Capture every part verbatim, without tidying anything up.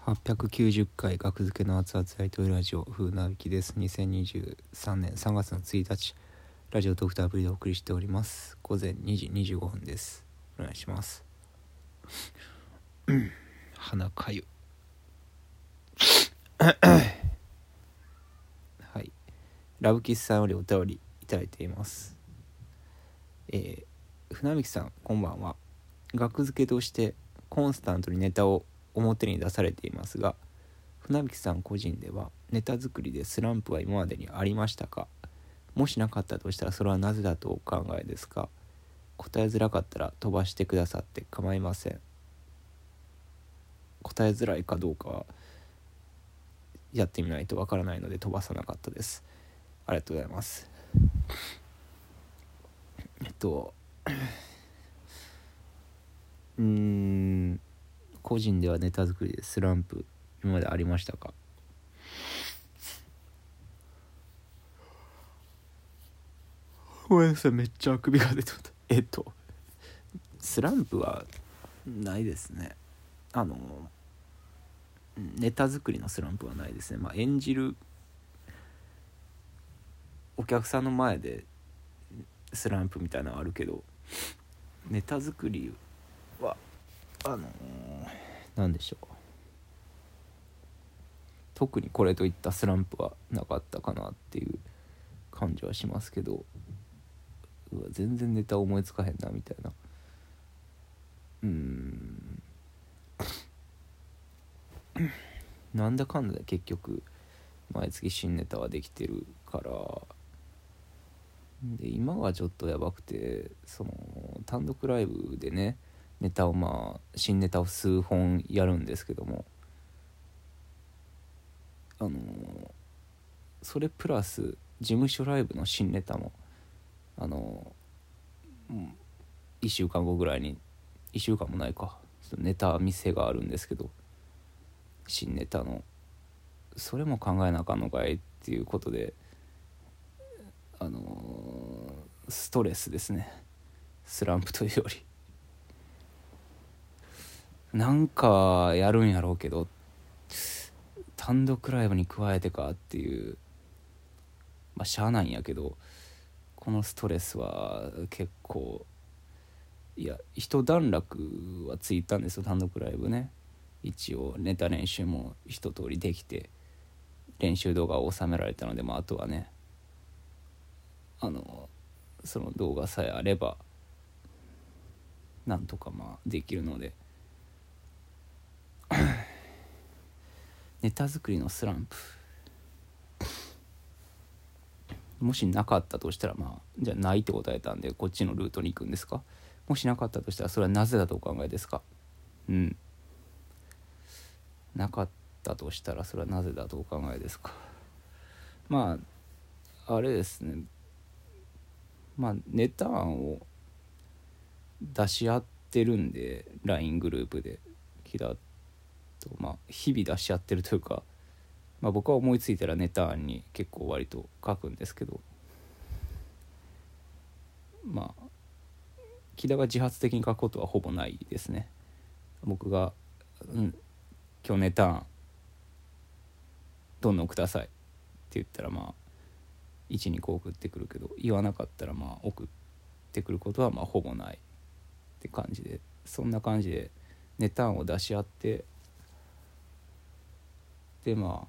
はっぴゃくきゅうじゅっかい学付けの熱々やりとりラジオ風なびきです。にせんにじゅうさんねんさんがつのついたち、ラジオトークとアプリでお送りしております。午前にじにじゅうごふんです。お願いします。鼻かゆはい、ラブキスさんよりお便りいただいています。えー、船引さんこんばんは。学付けとしてコンスタントにネタを表に出されていますが、船引さん個人ではネタ作りでスランプは今までにありましたか？もしなかったとしたらそれはなぜだとお考えですか？答えづらかったら飛ばしてくださって構いません。答えづらいかどうかはやってみないとわからないので飛ばさなかったです。ありがとうございます。えっとうーん個人ではネタ作りでスランプ今までありましたか？ごめんなさい、めっちゃあくびが出てた。えっとスランプはないですね。あのネタ作りのスランプはないですね。まあ演じるお客さんの前でスランプみたいなのあるけど、ネタ作りはあのー、なんでしょう、特にこれといったスランプはなかったかなっていう感じはしますけど、うわ全然ネタ思いつかへんなみたいな。うーんなんだかんだで結局毎月新ネタはできてるから、で今はちょっとやばくて、その単独ライブでねネタをまあ新ネタを数本やるんですけども、あのそれプラス事務所ライブの新ネタもあのいっしゅうかんごぐらいに、いっしゅうかんもないか、ネタ見せがあるんですけど、新ネタのそれも考えなあかんのかいっていうことで、あのー、ストレスですね。スランプというよりなんかやるんやろうけど単独ライブに加えてかっていう、まあしゃあないんやけど、このストレスは結構、いや一段落はついたんですよ。単独ライブね、一応ネタ練習も一通りできて練習動画を収められたので、まあ、あとはねあのその動画さえあればなんとかまあできるのでネタ作りのスランプもしなかったとしたら、まあじゃあないって答えたんでこっちのルートに行くんですか？もしなかったとしたらそれはなぜだとお考えですか？うんなかったとしたらそれはなぜだとお考えですか？まああれですね、まあネタ案を出し合ってるんで ライン グループでキラと、まあ日々出し合ってるというか、まあ、僕は思いついたらネタ案に結構割と書くんですけど、まあ木田が自発的に書くことはほぼないですね。僕が、うん、今日ネタ案どんどんくださいって言ったらまあいちにこ送ってくるけど、言わなかったらまあ送ってくることはまあほぼないって感じで、そんな感じでネタ案を出し合って、でま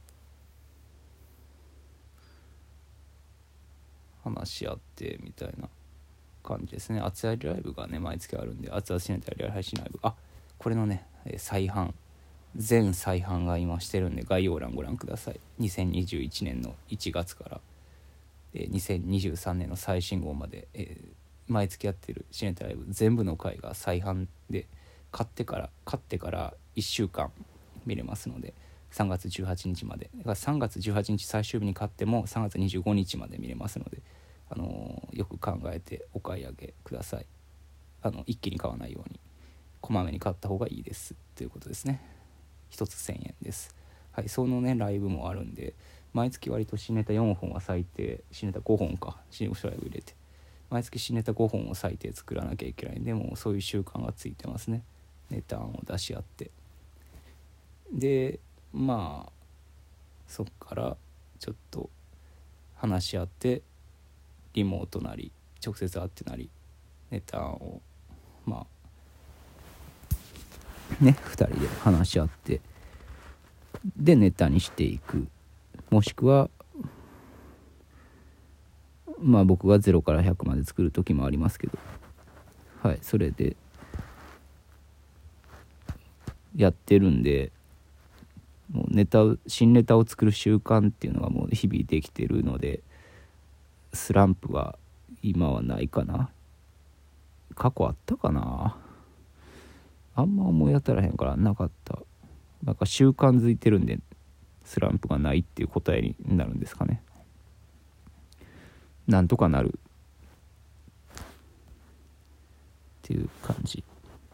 あ話し合ってみたいな感じですね。熱々ライブがね毎月あるんで、熱々しないとやり配信ライブ、あこれのね再販全再販が今してるんで概要欄ご覧ください。にせんにじゅういちねんのいちがつから、えー、にせんにじゅうさんねんの最新号まで、えー、毎月やってるシネタライブ全部の回が再販で買ってから買ってからいっしゅうかん見れますので、さんがつじゅうはちにちまで、だからさんがつじゅうはちにち最終日に買ってもさんがつにじゅうごにちまで見れますので、あのー、よく考えてお買い上げください。あの一気に買わないようにこまめに買った方がいいですということですね。ひとつせんえんです。はい、そのねライブもあるんで、毎月割と新ネタよんほんは最低、新ネタごほんか、新ネタライブ入れて毎月新ネタごほんを最低作らなきゃいけないんで、もうそういう習慣がついてますね。ネタ案を出し合って、 でまあそっからちょっと話し合ってリモートなり直接会ってなりネタをまあねふたりで話し合ってでネタにしていく、もしくはまあ僕がゼロからひゃくまで作る時もありますけど、はい、それでやってるんで、もうネタ新ネタを作る習慣っていうのがもう日々できてるので、スランプは今はないかな。過去あったかな、あんま思い当たらへんからなかった。なんか習慣づいてるんでスランプがないっていう答えになるんですかね。なんとかなるっていう感じ。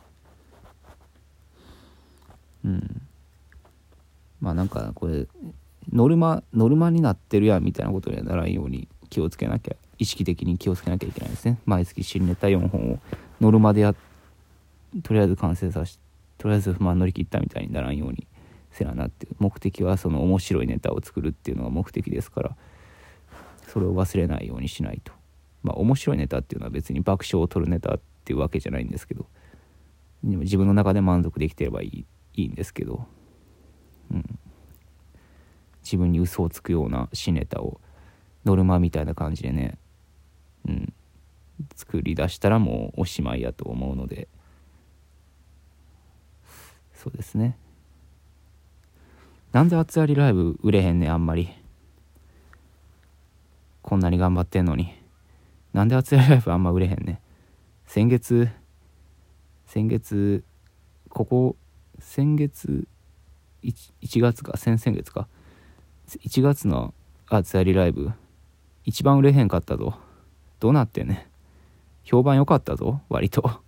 うんまあなんかこれノルマノルマになってるやんみたいなことにはならんように気をつけなきゃ、意識的に気をつけなきゃいけないですね。毎月新ネタよんほんをノルマでやとりあえず完成させとりあえずまあ乗り切ったみたいにならんようにせななっていう、目的はその面白いネタを作るっていうのが目的ですから、それを忘れないようにしないと。まあ面白いネタっていうのは別に爆笑を取るネタっていうわけじゃないんですけど、でも自分の中で満足できてればいい、いいんですけど、うん、自分に嘘をつくような新ネタをノルマみたいな感じでね、うん、作り出したらもうおしまいやと思うので、そうですね。なんで厚ありライブ売れへんねん、あんまり。こんなに頑張ってんのに。なんで厚ありライブあんま売れへんねん。先月、先月、ここ、先月、いち, いちがつか、先々月か。いちがつの厚ありライブ、一番売れへんかったぞ。どうなってんねん。評判良かったぞ、割と。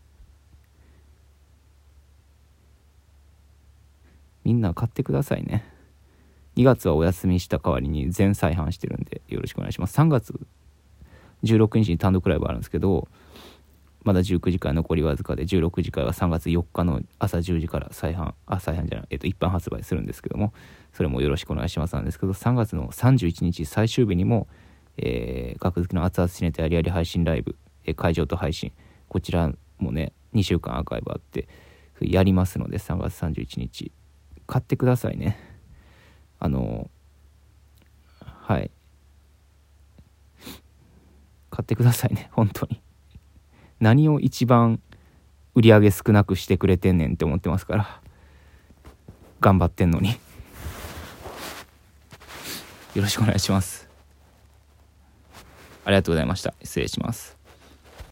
みんな買ってくださいね。にがつはお休みした代わりに全再販してるんでよろしくお願いします。さんがつじゅうろくにちに単独ライブあるんですけど、まだじゅうくじかん残りわずかで、じゅうろくじからはさんがつよっかの朝じゅうじから再販あ再販じゃない、えっと一般発売するんですけども、それもよろしくお願いしますなんですけど、さんがつのさんじゅういちにち最終日にも、えー、格付きの熱々シネタやりやり配信ライブ、えー、会場と配信、こちらもねにしゅうかんアーカイブあってやりますので、さんがつさんじゅういちにち買ってくださいね。あのはい買ってくださいね、本当に。何を一番売り上げ少なくしてくれてんねんって思ってますから、頑張ってんのによろしくお願いします。ありがとうございました。失礼します。